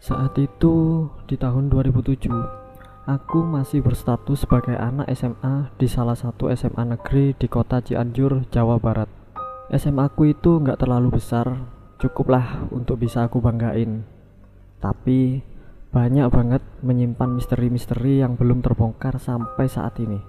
Saat itu di tahun 2007, aku masih berstatus sebagai anak SMA di salah satu SMA negeri di kota Cianjur, Jawa Barat. SMA aku itu nggak terlalu besar, cukuplah untuk bisa aku banggain. Tapi banyak banget menyimpan misteri-misteri yang belum terbongkar sampai saat ini.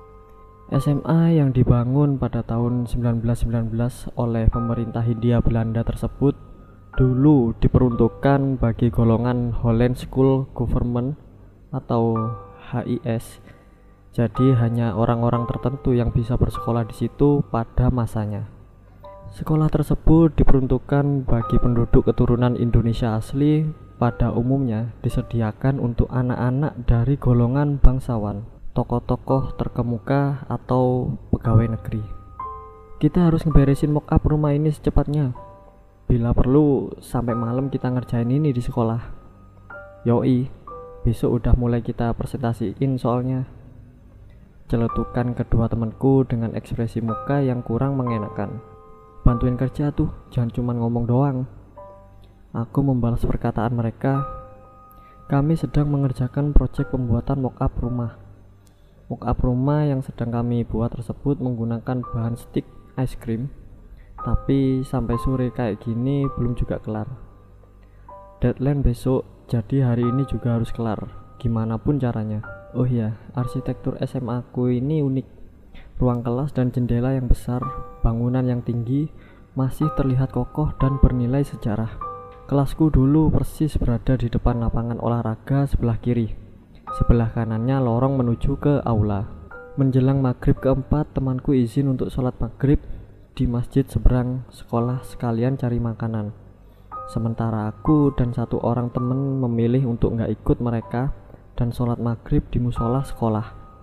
SMA yang dibangun pada tahun 1919 oleh pemerintah Hindia Belanda tersebut dulu diperuntukkan bagi golongan Holland School Government atau HIS. Jadi hanya orang-orang tertentu yang bisa bersekolah di situ pada masanya. Sekolah tersebut diperuntukkan bagi penduduk keturunan Indonesia asli, pada umumnya disediakan untuk anak-anak dari golongan bangsawan, tokoh-tokoh terkemuka atau pegawai negeri. Kita harus ngeberesin mock up rumah ini secepatnya. Bila perlu sampai malam kita ngerjain ini di sekolah. Yoi, besok udah mulai kita presentasiin soalnya. Celetukan kedua temanku dengan ekspresi muka yang kurang mengenakan. Bantuin kerja tuh, jangan cuma ngomong doang. Aku membalas perkataan mereka. Kami sedang mengerjakan proyek pembuatan mock-up rumah. Mock-up rumah yang sedang kami buat tersebut menggunakan bahan stik ice cream. Tapi sampai sore kayak gini belum juga kelar. Deadline besok, jadi hari ini juga harus kelar, gimana pun caranya. Oh iya, arsitektur SMA aku ini unik. Ruang kelas dan jendela yang besar, bangunan yang tinggi, masih terlihat kokoh dan bernilai sejarah. Kelasku dulu persis berada di depan lapangan olahraga sebelah kiri. Sebelah kanannya lorong menuju ke aula. Menjelang maghrib keempat, temanku izin untuk sholat maghrib di masjid seberang sekolah sekalian cari makanan. Sementara aku dan satu orang temen memilih untuk nggak ikut mereka dan sholat maghrib di musola sekolah.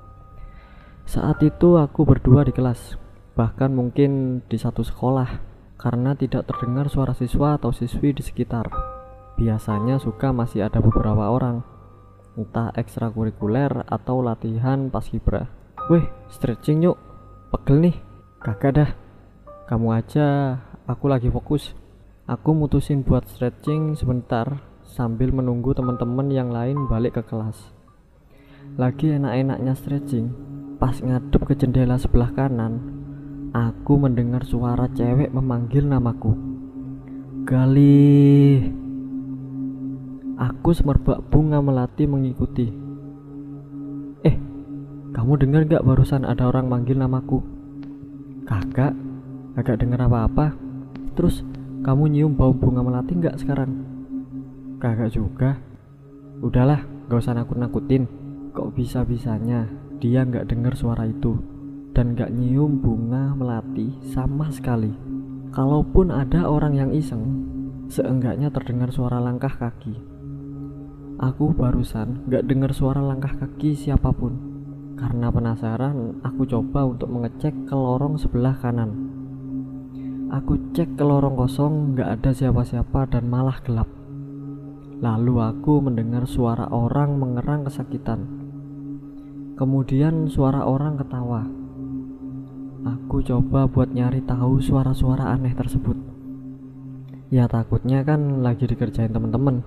Saat itu aku berdua di kelas, bahkan mungkin di satu sekolah, karena tidak terdengar suara siswa atau siswi di sekitar. Biasanya suka masih ada beberapa orang, entah ekstrakurikuler atau latihan paskibra. Weh, stretching yuk, pegel nih. Kagak dah, kamu aja, aku lagi fokus. Aku mutusin buat stretching sebentar sambil menunggu teman-teman yang lain balik ke kelas. Lagi enak-enaknya stretching, pas ngadep ke jendela sebelah kanan, aku mendengar suara cewek memanggil namaku. Galih. Aku semerbak bunga melati mengikuti. Kamu dengar gak barusan ada orang manggil namaku? Kagak denger apa-apa. Terus kamu nyium bau bunga melati gak sekarang? Kagak juga. Udahlah, gak usah nakut-nakutin. Kok bisa-bisanya dia gak denger suara itu dan gak nyium bunga melati sama sekali. Kalaupun ada orang yang iseng, seenggaknya terdengar suara langkah kaki. Aku barusan gak denger suara langkah kaki siapapun. Karena penasaran, aku coba untuk mengecek ke lorong sebelah kanan. Aku cek ke lorong kosong, gak ada siapa-siapa dan malah gelap. Lalu aku mendengar suara orang mengerang kesakitan. Kemudian suara orang ketawa. Aku coba buat nyari tahu suara-suara aneh tersebut. Ya takutnya kan lagi dikerjain teman-teman.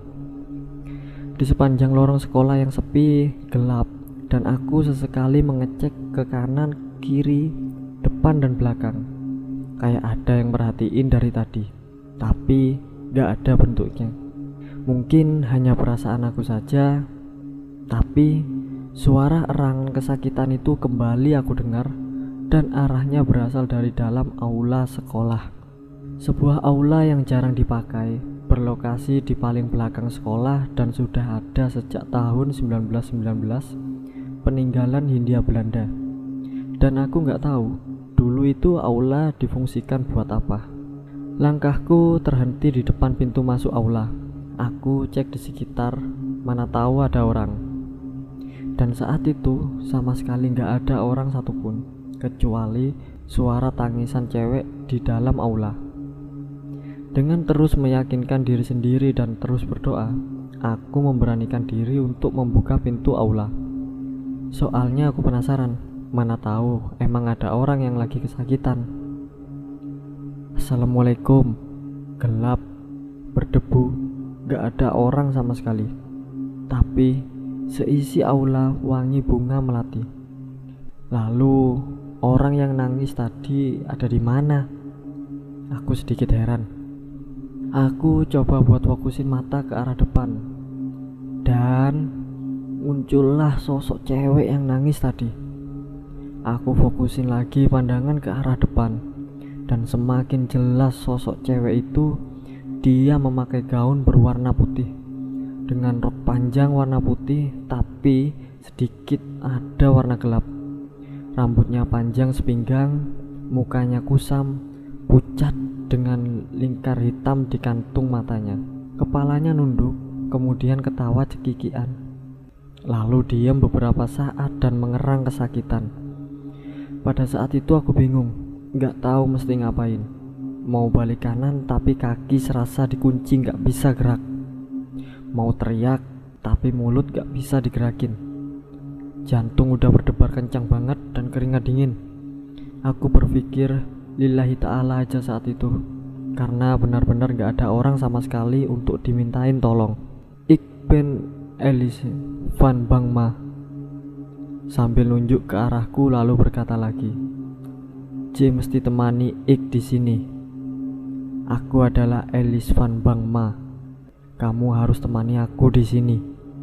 Di sepanjang lorong sekolah yang sepi, gelap, dan aku sesekali mengecek ke kanan, kiri, depan dan belakang. Kayak ada yang merhatiin dari tadi, tapi gak ada bentuknya. Mungkin hanya perasaan aku saja, tapi suara erangan kesakitan itu kembali aku dengar, dan arahnya berasal dari dalam aula sekolah. Sebuah aula yang jarang dipakai, berlokasi di paling belakang sekolah dan sudah ada sejak tahun 1919, peninggalan Hindia Belanda. Dan aku gak tahu dulu itu aula difungsikan buat apa. Langkahku terhenti di depan pintu masuk aula. Aku cek di sekitar, mana tahu ada orang. Dan saat itu sama sekali gak ada orang satupun, kecuali suara tangisan cewek di dalam aula. Dengan terus meyakinkan diri sendiri dan terus berdoa, aku memberanikan diri untuk membuka pintu aula. Soalnya aku penasaran, mana tahu emang ada orang yang lagi kesakitan. Assalamualaikum. Gelap, berdebu, gak ada orang sama sekali. Tapi seisi aula wangi bunga melati. Lalu orang yang nangis tadi ada di mana? Aku sedikit heran. Aku coba buat fokusin mata ke arah depan. Dan muncullah sosok cewek yang nangis tadi. Aku fokusin lagi pandangan ke arah depan. Dan semakin jelas sosok cewek itu. Dia memakai gaun berwarna putih dengan rok panjang warna putih tapi sedikit ada warna gelap. Rambutnya panjang sepinggang, mukanya kusam, pucat dengan lingkar hitam di kantung matanya. Kepalanya nunduk, kemudian ketawa cekikian. Lalu diam beberapa saat dan mengerang kesakitan. Pada saat itu aku bingung, gak tahu mesti ngapain. Mau balik kanan tapi kaki serasa dikunci gak bisa gerak. Mau teriak tapi mulut gak bisa digerakin. Jantung udah berdebar kencang banget dan keringat dingin. Aku berpikir lillahi ta'ala aja saat itu, karena benar-benar gak ada orang sama sekali untuk dimintain tolong. Ik ben Elis van Bangma, sambil nunjuk ke arahku lalu berkata lagi, J mesti temani Ik di sini. Aku adalah Elis van Bangma. Kamu harus temani aku di sini.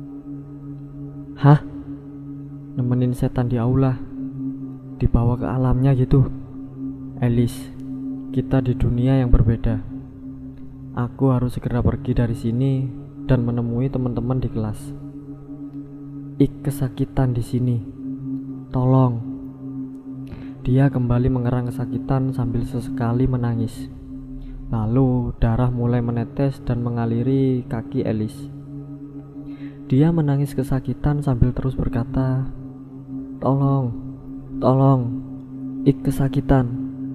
Hah? Nemenin setan di aula? Dibawa ke alamnya gitu? Elis, kita di dunia yang berbeda. Aku harus segera pergi dari sini dan menemui teman-teman di kelas. Ik kesakitan di sini. Tolong. Dia kembali mengerang kesakitan sambil sesekali menangis. Lalu darah mulai menetes dan mengaliri kaki Elis. Dia menangis kesakitan sambil terus berkata, Tolong, tolong, Ik kesakitan,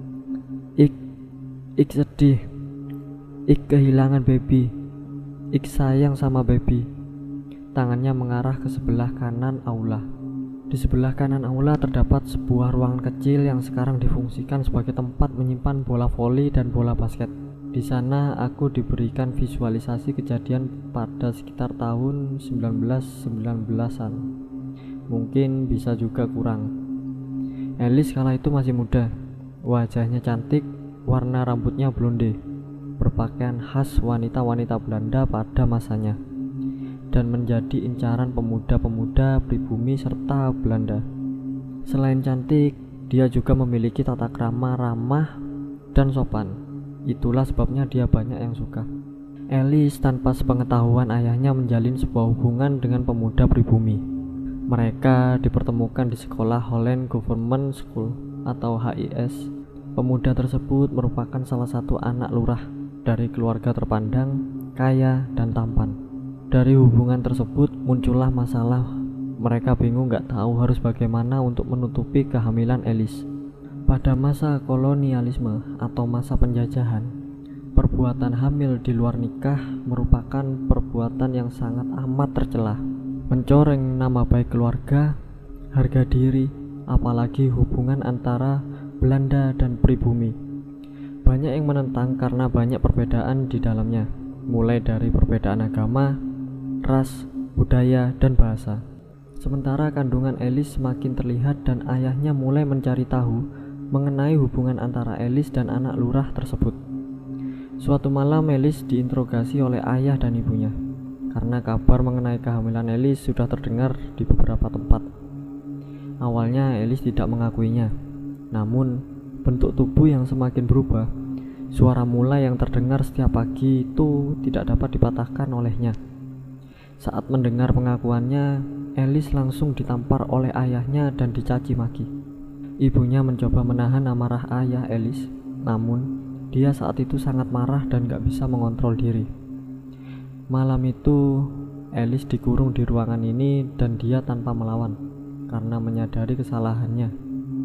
Ik sedih, Ik kehilangan baby, Ik sayang sama baby. Tangannya mengarah ke sebelah kanan aula. Di sebelah kanan aula terdapat sebuah ruangan kecil yang sekarang difungsikan sebagai tempat menyimpan bola voli dan bola basket. Di sana aku diberikan visualisasi kejadian pada sekitar tahun 1919-an. Mungkin bisa juga kurang. Elis kala itu masih muda. Wajahnya cantik, warna rambutnya blonde, berpakaian khas wanita-wanita Belanda pada masanya, dan menjadi incaran pemuda-pemuda pribumi serta Belanda. Selain cantik, dia juga memiliki tata krama ramah dan sopan. Itulah sebabnya dia banyak yang suka. Elis tanpa sepengetahuan ayahnya menjalin sebuah hubungan dengan pemuda pribumi. Mereka dipertemukan di sekolah Holland Government School atau HIS. Pemuda tersebut merupakan salah satu anak lurah dari keluarga terpandang, kaya, dan tampan. Dari hubungan tersebut muncullah masalah. Mereka bingung gak tahu harus bagaimana untuk menutupi kehamilan Elis. Pada masa kolonialisme atau masa penjajahan, perbuatan hamil di luar nikah merupakan perbuatan yang sangat amat tercela, mencoreng nama baik keluarga, harga diri, apalagi hubungan antara Belanda dan pribumi. Banyak yang menentang karena banyak perbedaan di dalamnya, mulai dari perbedaan agama, ras, budaya, dan bahasa. Sementara kandungan Elis semakin terlihat dan ayahnya mulai mencari tahu mengenai hubungan antara Elis dan anak lurah tersebut. Suatu malam Elis diinterogasi oleh ayah dan ibunya karena kabar mengenai kehamilan Elis sudah terdengar di beberapa tempat. Awalnya Elis tidak mengakuinya, namun bentuk tubuh yang semakin berubah, suara mula yang terdengar setiap pagi itu tidak dapat dipatahkan olehnya. Saat mendengar pengakuannya, Elis langsung ditampar oleh ayahnya dan dicaci maki. Ibunya mencoba menahan amarah ayah Elis, namun dia saat itu sangat marah dan gak bisa mengontrol diri. Malam itu Elis dikurung di ruangan ini dan dia tanpa melawan karena menyadari kesalahannya.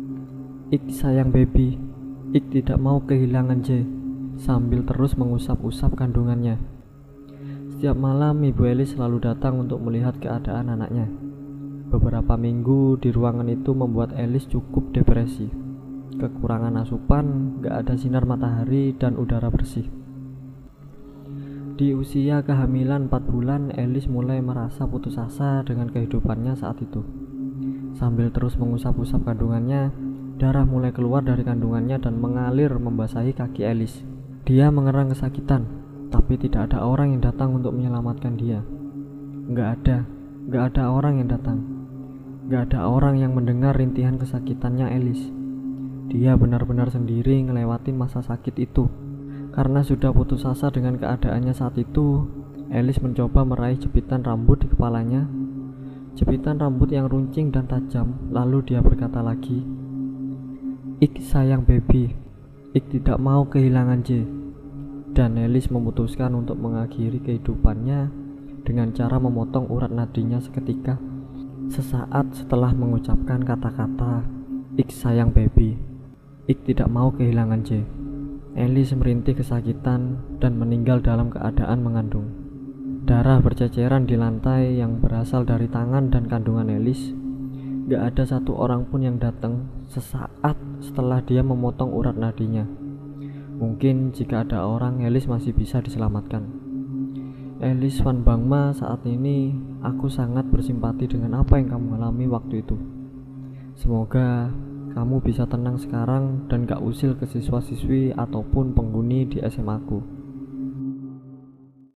Ik sayang baby, Ik tidak mau kehilangan J, sambil terus mengusap-usap kandungannya. Setiap malam ibu Elis selalu datang untuk melihat keadaan anaknya. Beberapa minggu di ruangan itu membuat Elis cukup depresi. Kekurangan asupan, gak ada sinar matahari dan udara bersih. Di usia kehamilan 4 bulan, Elis mulai merasa putus asa dengan kehidupannya saat itu. Sambil terus mengusap-usap kandungannya, darah mulai keluar dari kandungannya dan mengalir membasahi kaki Elis. Dia mengerang kesakitan, tapi tidak ada orang yang datang untuk menyelamatkan dia. Gak ada orang yang datang. Gak ada orang yang mendengar rintihan kesakitannya Elis. Dia benar-benar sendiri ngelewatin masa sakit itu. Karena sudah putus asa dengan keadaannya saat itu, Elis mencoba meraih jepitan rambut di kepalanya. Jepitan rambut yang runcing dan tajam. Lalu dia berkata lagi, "Ik sayang baby, Ik tidak mau kehilangan J." Dan Elis memutuskan untuk mengakhiri kehidupannya dengan cara memotong urat nadinya seketika. Sesaat setelah mengucapkan kata-kata "Ik sayang baby, Ik tidak mau kehilangan J", Elis merintih kesakitan dan meninggal dalam keadaan mengandung. Darah berceceran di lantai yang berasal dari tangan dan kandungan Elis. Gak ada satu orang pun yang datang sesaat setelah dia memotong urat nadinya. Mungkin jika ada orang, Elis masih bisa diselamatkan. Elis Van Bangma, saat ini aku sangat bersimpati dengan apa yang kamu alami waktu itu. Semoga kamu bisa tenang sekarang dan gak usil ke siswa-siswi ataupun penghuni di SMA aku.